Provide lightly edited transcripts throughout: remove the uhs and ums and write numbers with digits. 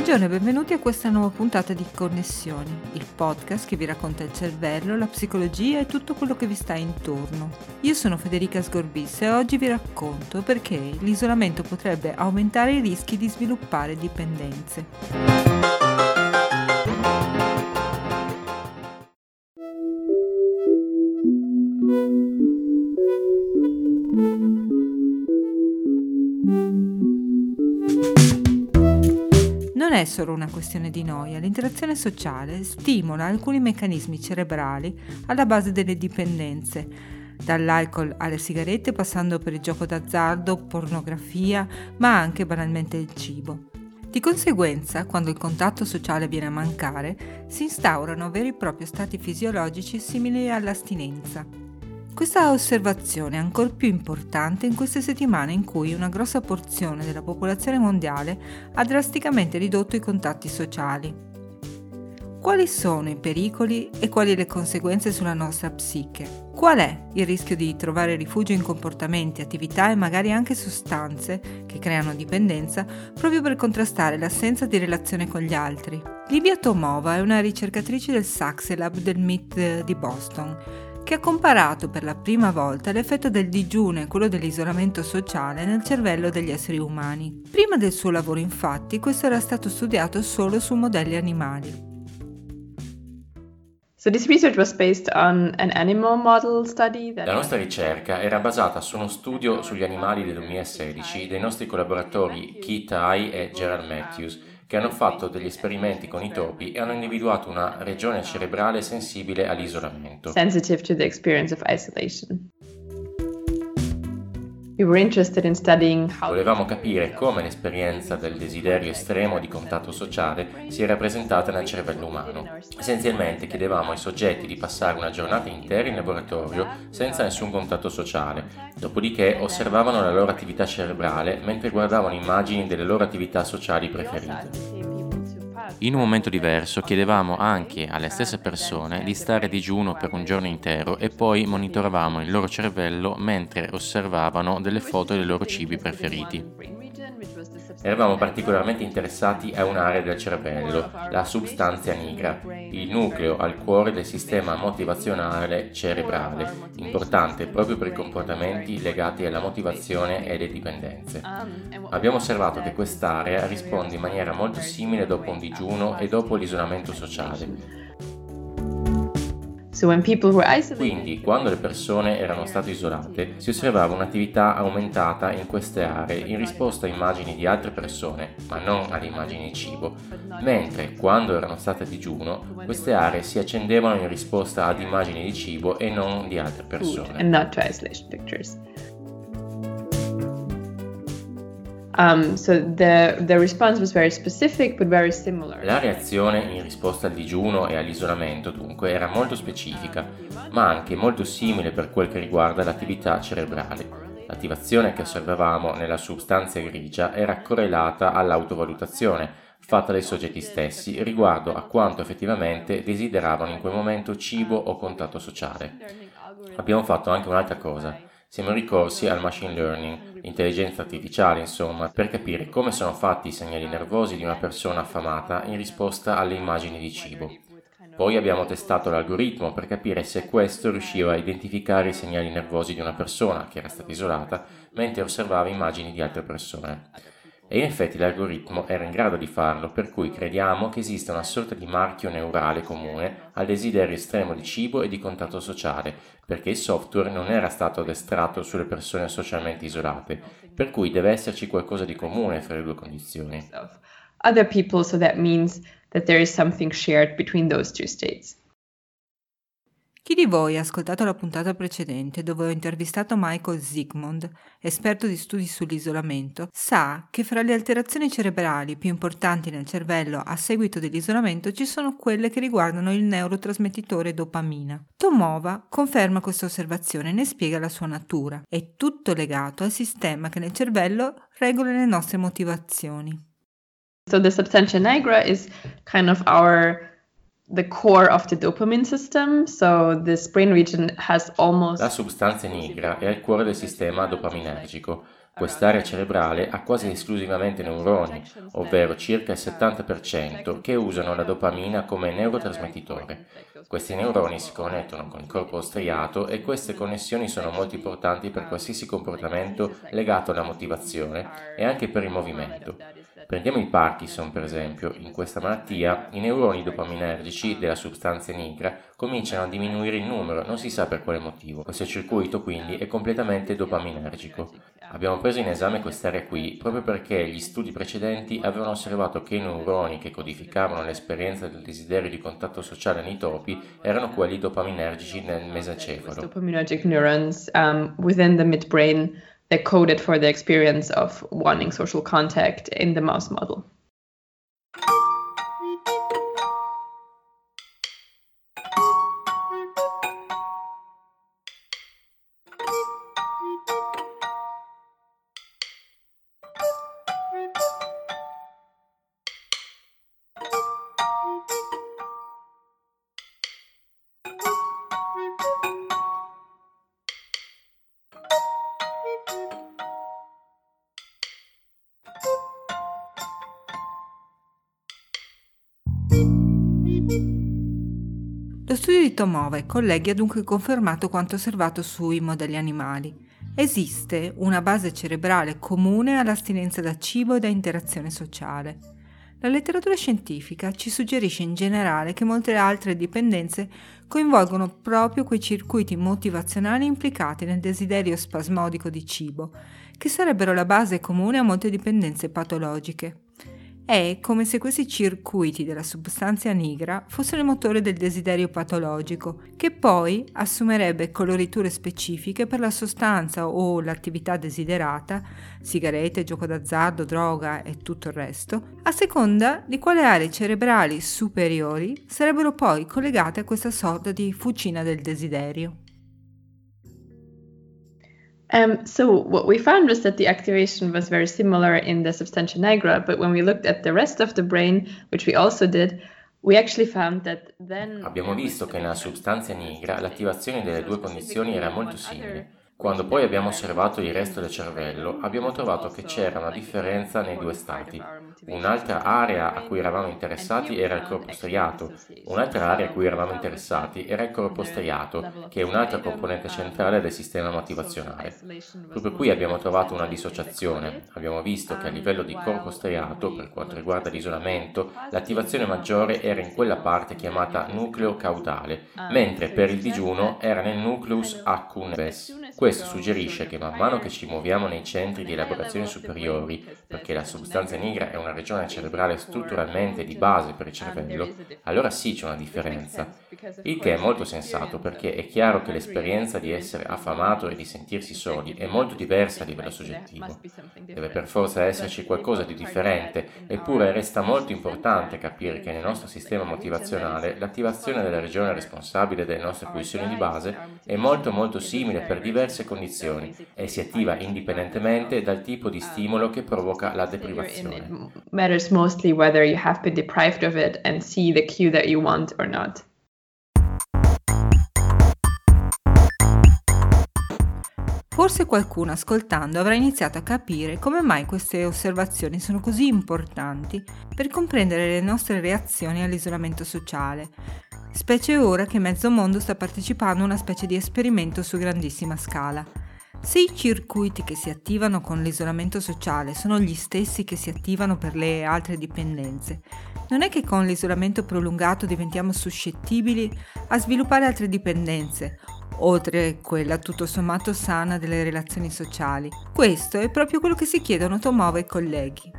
Buongiorno e benvenuti a questa nuova puntata di Connessioni, il podcast che vi racconta il cervello, la psicologia e tutto quello che vi sta intorno. Io sono Federica Sgorbis e oggi vi racconto perché l'isolamento potrebbe aumentare i rischi di sviluppare dipendenze. Non è solo una questione di noia, l'interazione sociale stimola alcuni meccanismi cerebrali alla base delle dipendenze, dall'alcol alle sigarette passando per il gioco d'azzardo, pornografia, ma anche banalmente il cibo. Di conseguenza, quando il contatto sociale viene a mancare, si instaurano veri e propri stati fisiologici simili all'astinenza. Questa osservazione è ancor più importante in queste settimane in cui una grossa porzione della popolazione mondiale ha drasticamente ridotto i contatti sociali. Quali sono i pericoli e quali le conseguenze sulla nostra psiche? Qual è il rischio di trovare rifugio in comportamenti, attività e magari anche sostanze che creano dipendenza proprio per contrastare l'assenza di relazione con gli altri? Livia Tomova è una ricercatrice del Saxelab del MIT di Boston, che ha comparato per la prima volta l'effetto del digiuno e quello dell'isolamento sociale nel cervello degli esseri umani. Prima del suo lavoro, infatti, questo era stato studiato solo su modelli animali. So this research was based on an animal model study La nostra ricerca era basata su uno studio sugli animali del 2016 dei nostri collaboratori Keith Tai e Gerald Matthews, che hanno fatto degli esperimenti con i topi e hanno individuato una regione cerebrale sensibile all'isolamento. sensitive to the experience of isolation. We were interested in studying how Volevamo capire come l'esperienza del desiderio estremo di contatto sociale si è rappresentata nel cervello umano. Essenzialmente chiedevamo ai soggetti di passare una giornata intera in laboratorio senza nessun contatto sociale, dopodiché osservavano la loro attività cerebrale mentre guardavano immagini delle loro attività sociali preferite. In un momento diverso chiedevamo anche alle stesse persone di stare a digiuno per un giorno intero e poi monitoravamo il loro cervello mentre osservavano delle foto dei loro cibi preferiti. Eravamo particolarmente interessati a un'area del cervello, la substantia nigra, il nucleo al cuore del sistema motivazionale cerebrale, importante proprio per i comportamenti legati alla motivazione e alle dipendenze. Abbiamo osservato che quest'area risponde in maniera molto simile dopo un digiuno e dopo l'isolamento sociale. So when people were isolated, Quindi, quando le persone erano state isolate, si osservava un'attività aumentata in queste aree in risposta a immagini di altre persone, ma non alle immagini di cibo, mentre quando erano state a digiuno, queste aree si accendevano in risposta ad immagini di cibo e non di altre food persone. and not to isolation pictures. So the response was very specific but very similar. La reazione in risposta al digiuno e all'isolamento dunque era molto specifica, ma anche molto simile per quel che riguarda l'attività cerebrale. L'attivazione che osservavamo nella sostanza grigia era correlata all'autovalutazione fatta dai soggetti stessi riguardo a quanto effettivamente desideravano in quel momento cibo o contatto sociale. Abbiamo fatto anche un'altra cosa. Siamo ricorsi al machine learning, l'intelligenza artificiale insomma, per capire come sono fatti i segnali nervosi di una persona affamata in risposta alle immagini di cibo. Poi abbiamo testato l'algoritmo per capire se questo riusciva a identificare i segnali nervosi di una persona che era stata isolata mentre osservava immagini di altre persone. E in effetti l'algoritmo era in grado di farlo, per cui crediamo che esista una sorta di marchio neurale comune al desiderio estremo di cibo e di contatto sociale, perché il software non era stato addestrato sulle persone socialmente isolate, per cui deve esserci qualcosa di comune fra le due condizioni. Of other people, so that means that there is something shared between those two states. Chi di voi ha ascoltato la puntata precedente dove ho intervistato Michael Zygmunt, esperto di studi sull'isolamento, sa che fra le alterazioni cerebrali più importanti nel cervello a seguito dell'isolamento ci sono quelle che riguardano il neurotrasmettitore dopamina. Tomova conferma questa osservazione e ne spiega la sua natura. È tutto legato al sistema che nel cervello regola le nostre motivazioni. So the substantia nigra is kind of our the core of the dopamine system. So this brain region has almost... La sostanza nigra è al cuore del sistema dopaminergico. Quest'area cerebrale ha quasi esclusivamente neuroni, ovvero circa il 70%, che usano la dopamina come neurotrasmettitore. Questi neuroni si connettono con il corpo striato e queste connessioni sono molto importanti per qualsiasi comportamento legato alla motivazione e anche per il movimento. Prendiamo il Parkinson, per esempio. In questa malattia i neuroni dopaminergici della sostanza nigra cominciano a diminuire in numero, non si sa per quale motivo. Questo circuito quindi è completamente dopaminergico. Abbiamo preso in esame quest'area qui proprio perché gli studi precedenti avevano osservato che i neuroni che codificavano l'esperienza del desiderio di contatto sociale nei topi erano quelli dopaminergici nel mesacefalo. Dopaminergic neurons within the midbrain that coded for the experience of wanting social contact in the mouse model. Lo studio di Tomova e colleghi ha dunque confermato quanto osservato sui modelli animali. Esiste una base cerebrale comune all'astinenza da cibo e da interazione sociale. La letteratura scientifica ci suggerisce in generale che molte altre dipendenze coinvolgono proprio quei circuiti motivazionali implicati nel desiderio spasmodico di cibo, che sarebbero la base comune a molte dipendenze patologiche. È come se questi circuiti della sostanza nigra fossero il motore del desiderio patologico, che poi assumerebbe coloriture specifiche per la sostanza o l'attività desiderata, sigarette, gioco d'azzardo, droga e tutto il resto, a seconda di quale aree cerebrali superiori sarebbero poi collegate a questa sorta di fucina del desiderio. So what we found was that the activation was very similar in the substantia nigra, but when we looked at the rest of the brain, which we also did, we actually found that then... Abbiamo visto che nella sostanza nigra l'attivazione delle due condizioni era molto simile. Quando poi abbiamo osservato il resto del cervello, abbiamo trovato che c'era una differenza nei due stati. Un'altra area a cui eravamo interessati era il corpo striato, un'altra area a cui eravamo interessati era il corpo striato, che è un'altra componente centrale del sistema motivazionale. Proprio qui abbiamo trovato una dissociazione. Abbiamo visto che a livello di corpo striato, per quanto riguarda l'isolamento, l'attivazione maggiore era in quella parte chiamata nucleo caudale, mentre per il digiuno era nel nucleus accumbens. Questo suggerisce che man mano che ci muoviamo nei centri di elaborazione superiori, perché la sostanza nigra è una regione cerebrale strutturalmente di base per il cervello, allora sì c'è una differenza. Il che è molto sensato perché è chiaro che l'esperienza di essere affamato e di sentirsi soli è molto diversa a livello soggettivo. Deve per forza esserci qualcosa di differente, eppure resta molto importante capire che nel nostro sistema motivazionale l'attivazione della regione responsabile delle nostre pulsioni di base è molto simile per diverse condizioni e si attiva indipendentemente dal tipo di stimolo che provoca la deprivazione. It matters mostly whether you have been deprived of it and see the cue that you want or not. Forse qualcuno ascoltando avrà iniziato a capire come mai queste osservazioni sono così importanti per comprendere le nostre reazioni all'isolamento sociale, specie ora che mezzo mondo sta partecipando a una specie di esperimento su grandissima scala. Se i circuiti che si attivano con l'isolamento sociale sono gli stessi che si attivano per le altre dipendenze, non è che con l'isolamento prolungato diventiamo suscettibili a sviluppare altre dipendenze, oltre quella tutto sommato sana delle relazioni sociali. Questo è proprio quello che si chiedono Tomova e colleghi.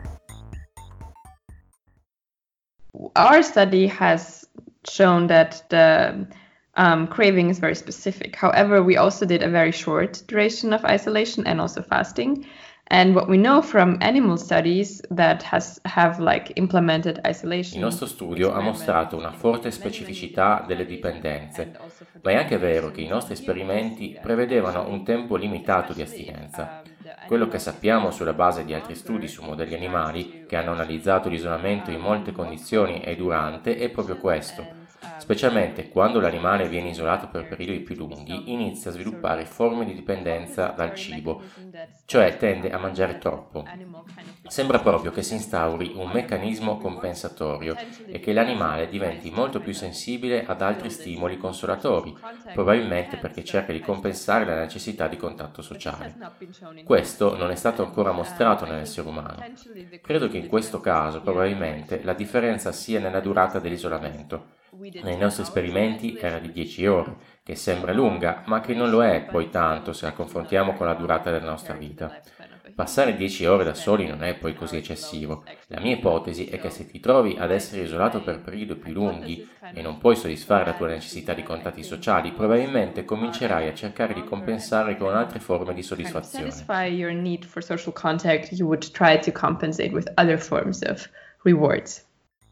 Our study has shown that the craving is very specific. However, we also did a very short duration of isolation and also fasting. And what we know from animal studies that have implemented isolation. Il nostro studio ha mostrato una forte specificità delle dipendenze, ma è anche vero che i nostri esperimenti prevedevano un tempo limitato di astinenza. Quello che sappiamo sulla base di altri studi su modelli animali che hanno analizzato l'isolamento in molte condizioni e durante è proprio questo. specialmente quando l'animale viene isolato per periodi più lunghi, inizia a sviluppare forme di dipendenza dal cibo, cioè tende a mangiare troppo. Sembra proprio che si instauri un meccanismo compensatorio e che l'animale diventi molto più sensibile ad altri stimoli consolatori, probabilmente perché cerca di compensare la necessità di contatto sociale. Questo non è stato ancora mostrato nell'essere umano. Credo che in questo caso probabilmente la differenza sia nella durata dell'isolamento. Nei nostri esperimenti era di 10 ore, che sembra lunga, ma che non lo è poi tanto se la confrontiamo con la durata della nostra vita. Passare 10 ore da soli non è poi così eccessivo. La mia ipotesi è che se ti trovi ad essere isolato per periodi più lunghi e non puoi soddisfare la tua necessità di contatti sociali, probabilmente comincerai a cercare di compensare con altre forme di soddisfazione. Satisfy your need for social contact, you would try to compensate with other forms of rewards.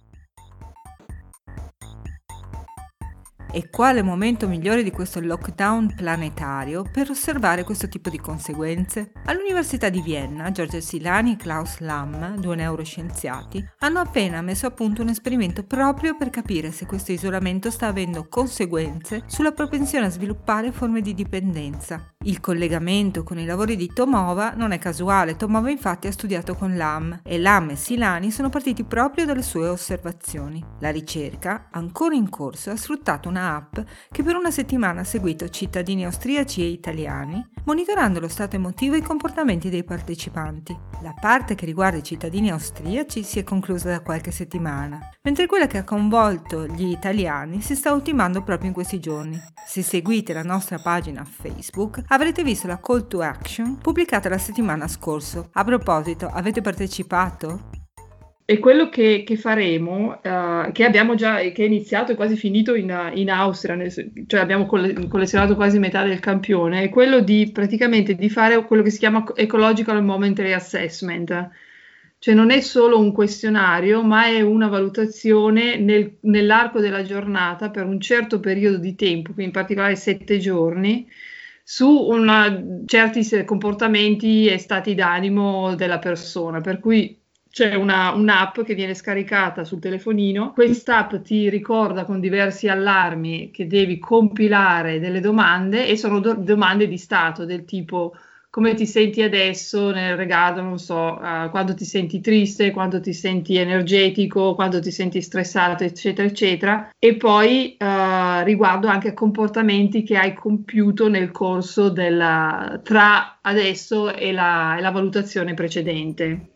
E quale momento migliore di questo lockdown planetario per osservare questo tipo di conseguenze? All'Università di Vienna, Giorgio Silani e Klaus Lamm, due neuroscienziati, hanno appena messo a punto un esperimento proprio per capire se questo isolamento sta avendo conseguenze sulla propensione a sviluppare forme di dipendenza. Il collegamento con i lavori di Tomova non è casuale. Tomova infatti ha studiato con Lamm e Lamm e Silani sono partiti proprio dalle sue osservazioni. La ricerca, ancora in corso, ha sfruttato una app che per una settimana ha seguito cittadini austriaci e italiani, monitorando lo stato emotivo e i comportamenti dei partecipanti. La parte che riguarda i cittadini austriaci si è conclusa da qualche settimana, mentre quella che ha coinvolto gli italiani si sta ultimando proprio in questi giorni. Se seguite la nostra pagina Facebook, avrete visto la call to action pubblicata la settimana scorsa. A proposito, avete partecipato? E quello che faremo, che abbiamo già, che è iniziato e quasi finito in Austria, cioè abbiamo collezionato quasi metà del campione, è quello di praticamente di fare quello che si chiama Ecological Momentary Assessment. Cioè non è solo un questionario, ma è una valutazione nell'arco della giornata per un certo periodo di tempo, quindi in particolare 7 giorni, su certi comportamenti e stati d'animo della persona, per cui c'è un'app che viene scaricata sul telefonino. Quest'app ti ricorda con diversi allarmi che devi compilare delle domande, e sono domande di stato del tipo: come ti senti adesso nel regalo, non so, quando ti senti triste, quando ti senti energetico, quando ti senti stressato, eccetera, eccetera. E poi riguardo anche a comportamenti che hai compiuto nel corso tra adesso e la valutazione precedente.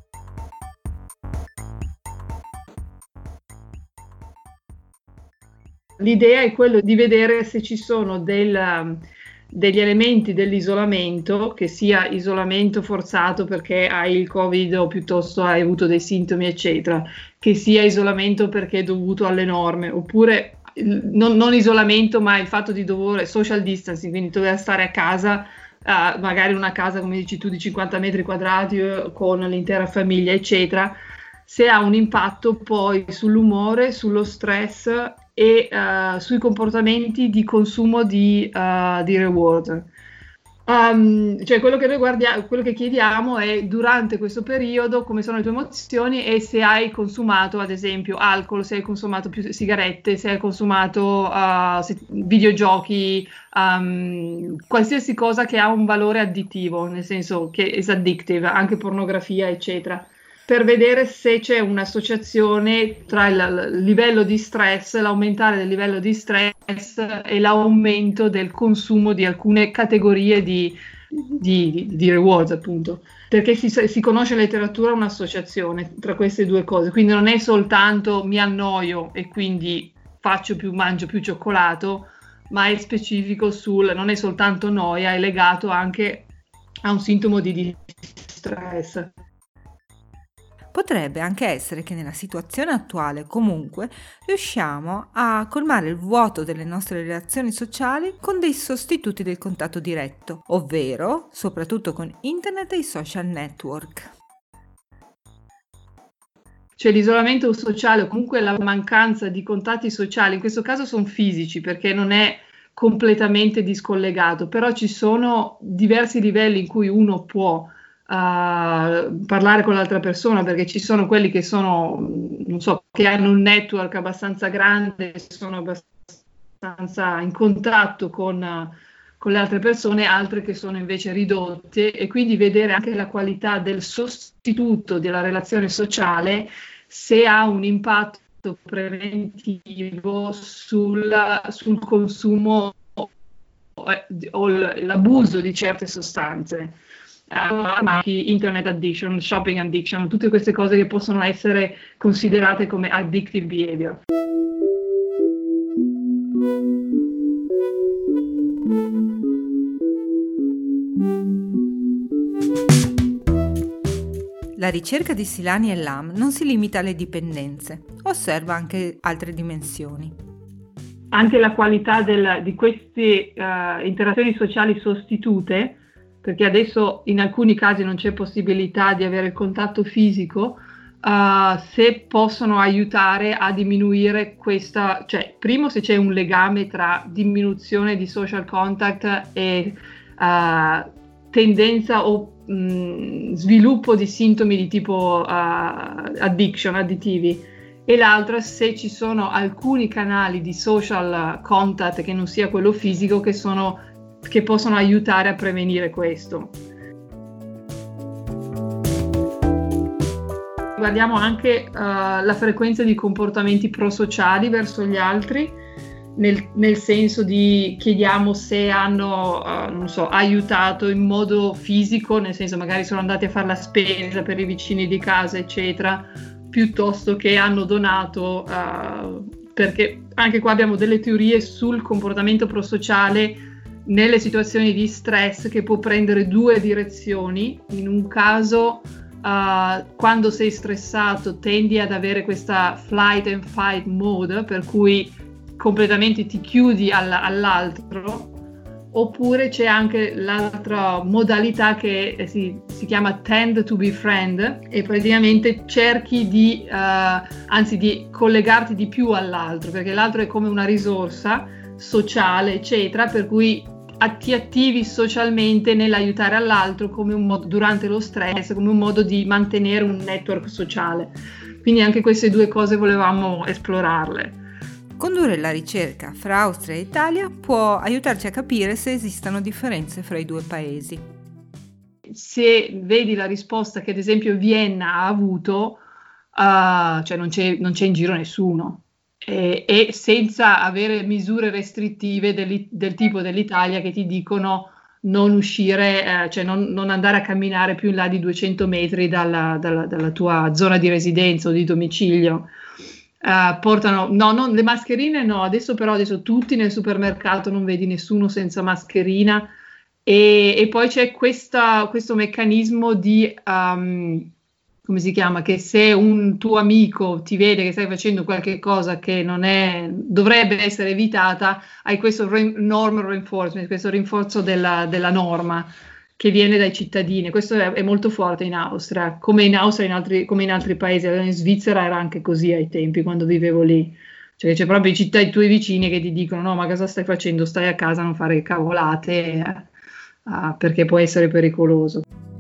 L'idea è quello di vedere se ci sono degli elementi dell'isolamento, che sia isolamento forzato perché hai il Covid o piuttosto hai avuto dei sintomi, eccetera, che sia isolamento perché è dovuto alle norme, oppure non isolamento, ma il fatto di dover social distancing, quindi dover stare a casa, magari una casa, come dici tu, di 50 metri quadrati con l'intera famiglia, eccetera, se ha un impatto poi sull'umore, sullo stress e sui comportamenti di consumo di reward. Cioè quello che noi quello che chiediamo è: durante questo periodo come sono le tue emozioni, e se hai consumato ad esempio alcol, se hai consumato più sigarette, se hai consumato videogiochi, qualsiasi cosa che ha un valore additivo, nel senso che è addictive, anche pornografia, eccetera, per vedere se c'è un'associazione tra il livello di stress, l'aumentare del livello di stress e l'aumento del consumo di alcune categorie di rewards, appunto. Perché si conosce in letteratura un'associazione tra queste due cose, quindi non è soltanto mi annoio e quindi mangio più cioccolato, ma è specifico non è soltanto noia, è legato anche a un sintomo di stress. Potrebbe anche essere che nella situazione attuale comunque riusciamo a colmare il vuoto delle nostre relazioni sociali con dei sostituti del contatto diretto, ovvero soprattutto con internet e i social network. Cioè l'isolamento sociale o comunque la mancanza di contatti sociali, in questo caso sono fisici perché non è completamente discollegato, però ci sono diversi livelli in cui uno può parlare con l'altra persona, perché ci sono quelli che sono, non so, che hanno un network abbastanza grande, sono abbastanza in contatto con le altre persone, altre che sono invece ridotte, e quindi vedere anche la qualità del sostituto della relazione sociale, se ha un impatto preventivo sul consumo o l'abuso di certe sostanze. Internet addiction, shopping addiction, tutte queste cose che possono essere considerate come addictive behavior. La ricerca di Silani e Lam non si limita alle dipendenze, osserva anche altre dimensioni. Anche la qualità di queste interazioni sociali sostitute, perché adesso in alcuni casi non c'è possibilità di avere il contatto fisico, se possono aiutare a diminuire questa, cioè primo se c'è un legame tra diminuzione di social contact e tendenza o sviluppo di sintomi di tipo addiction, additivi, e l'altra se ci sono alcuni canali di social contact che non sia quello fisico che possono aiutare a prevenire questo. Guardiamo anche la frequenza di comportamenti prosociali verso gli altri, nel senso di chiediamo se hanno aiutato in modo fisico, nel senso magari sono andati a fare la spesa per i vicini di casa eccetera, piuttosto che hanno donato, perché anche qua abbiamo delle teorie sul comportamento prosociale nelle situazioni di stress che può prendere due direzioni. In un caso quando sei stressato tendi ad avere questa flight and fight mode, per cui completamente ti chiudi all'altro, oppure c'è anche l'altra modalità che si chiama tend to befriend, e praticamente cerchi di collegarti di più all'altro, perché l'altro è come una risorsa sociale eccetera, per cui ti attivi socialmente nell'aiutare all'altro come un modo, durante lo stress, come un modo di mantenere un network sociale. Quindi anche queste due cose volevamo esplorarle. Condurre la ricerca fra Austria e Italia può aiutarci a capire se esistano differenze fra i due paesi. Se vedi la risposta che ad esempio Vienna ha avuto, cioè non c'è in giro nessuno, e senza avere misure restrittive del tipo dell'Italia che ti dicono non uscire, cioè non andare a camminare più in là di 200 metri dalla tua zona di residenza o di domicilio. Portano le mascherine no, adesso tutti nel supermercato non vedi nessuno senza mascherina, e poi c'è questo meccanismo di come si chiama, che se un tuo amico ti vede che stai facendo qualche cosa che dovrebbe essere evitata, hai questo norm reinforcement, questo rinforzo della norma che viene dai cittadini. Questo è molto forte in Austria, come in altri paesi. In Svizzera era anche così ai tempi, quando vivevo lì. Cioè c'è proprio i tuoi vicini che ti dicono no, ma cosa stai facendo? Stai a casa, non fare cavolate, perché può essere pericoloso.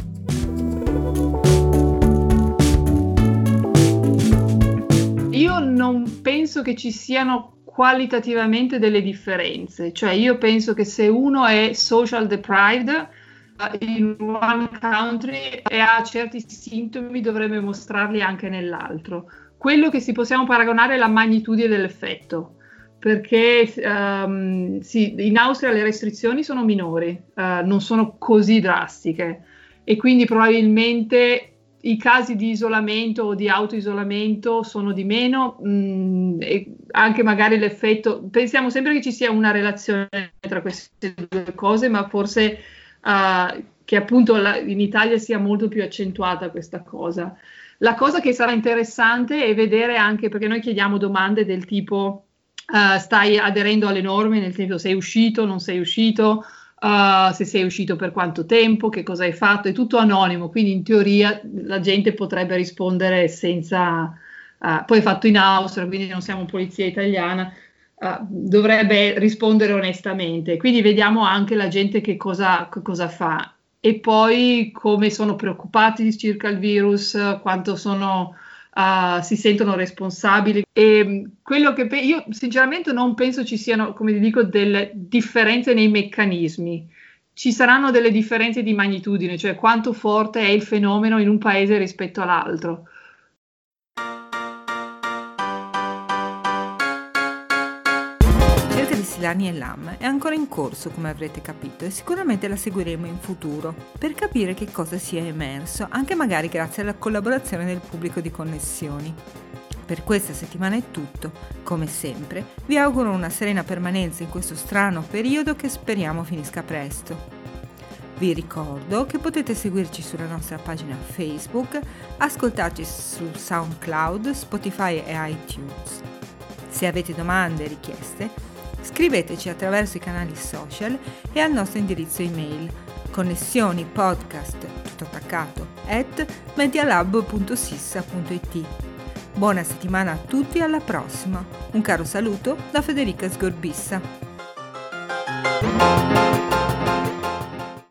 Io non penso che ci siano qualitativamente delle differenze. Cioè io penso che se uno è social deprived in one country e ha certi sintomi, dovrebbe mostrarli anche nell'altro. Quello che si possiamo paragonare è la magnitudine dell'effetto, perché in Austria le restrizioni sono minori, non sono così drastiche, e quindi probabilmente i casi di isolamento o di autoisolamento sono di meno, e anche magari l'effetto, pensiamo sempre che ci sia una relazione tra queste due cose, ma forse che appunto in Italia sia molto più accentuata questa cosa. La cosa che sarà interessante è vedere anche, perché noi chiediamo domande del tipo stai aderendo alle norme, nel senso sei uscito, non sei uscito, se sei uscito per quanto tempo, che cosa hai fatto, è tutto anonimo, quindi in teoria la gente potrebbe rispondere senza, poi è fatto in Austria, quindi non siamo polizia italiana, dovrebbe rispondere onestamente, quindi vediamo anche la gente che cosa fa, e poi come sono preoccupati circa il virus, quanto sono si sentono responsabili. E quello che io sinceramente non penso ci siano, come ti dico, delle differenze nei meccanismi. Ci saranno delle differenze di magnitudine, cioè quanto forte è il fenomeno in un paese rispetto all'altro. Silani e Lam è ancora in corso, come avrete capito, e sicuramente la seguiremo in futuro per capire che cosa sia emerso, anche magari grazie alla collaborazione del pubblico di Connessioni. Per questa settimana è tutto. Come sempre, vi auguro una serena permanenza in questo strano periodo che speriamo finisca presto. Vi ricordo che potete seguirci sulla nostra pagina Facebook, ascoltarci su SoundCloud, Spotify e iTunes. Se avete domande e richieste, scriveteci attraverso i canali social e al nostro indirizzo email connessioni.podcast@medialab.sissa.it. Buona settimana a tutti e alla prossima. Un caro saluto da Federica Sgorbissa.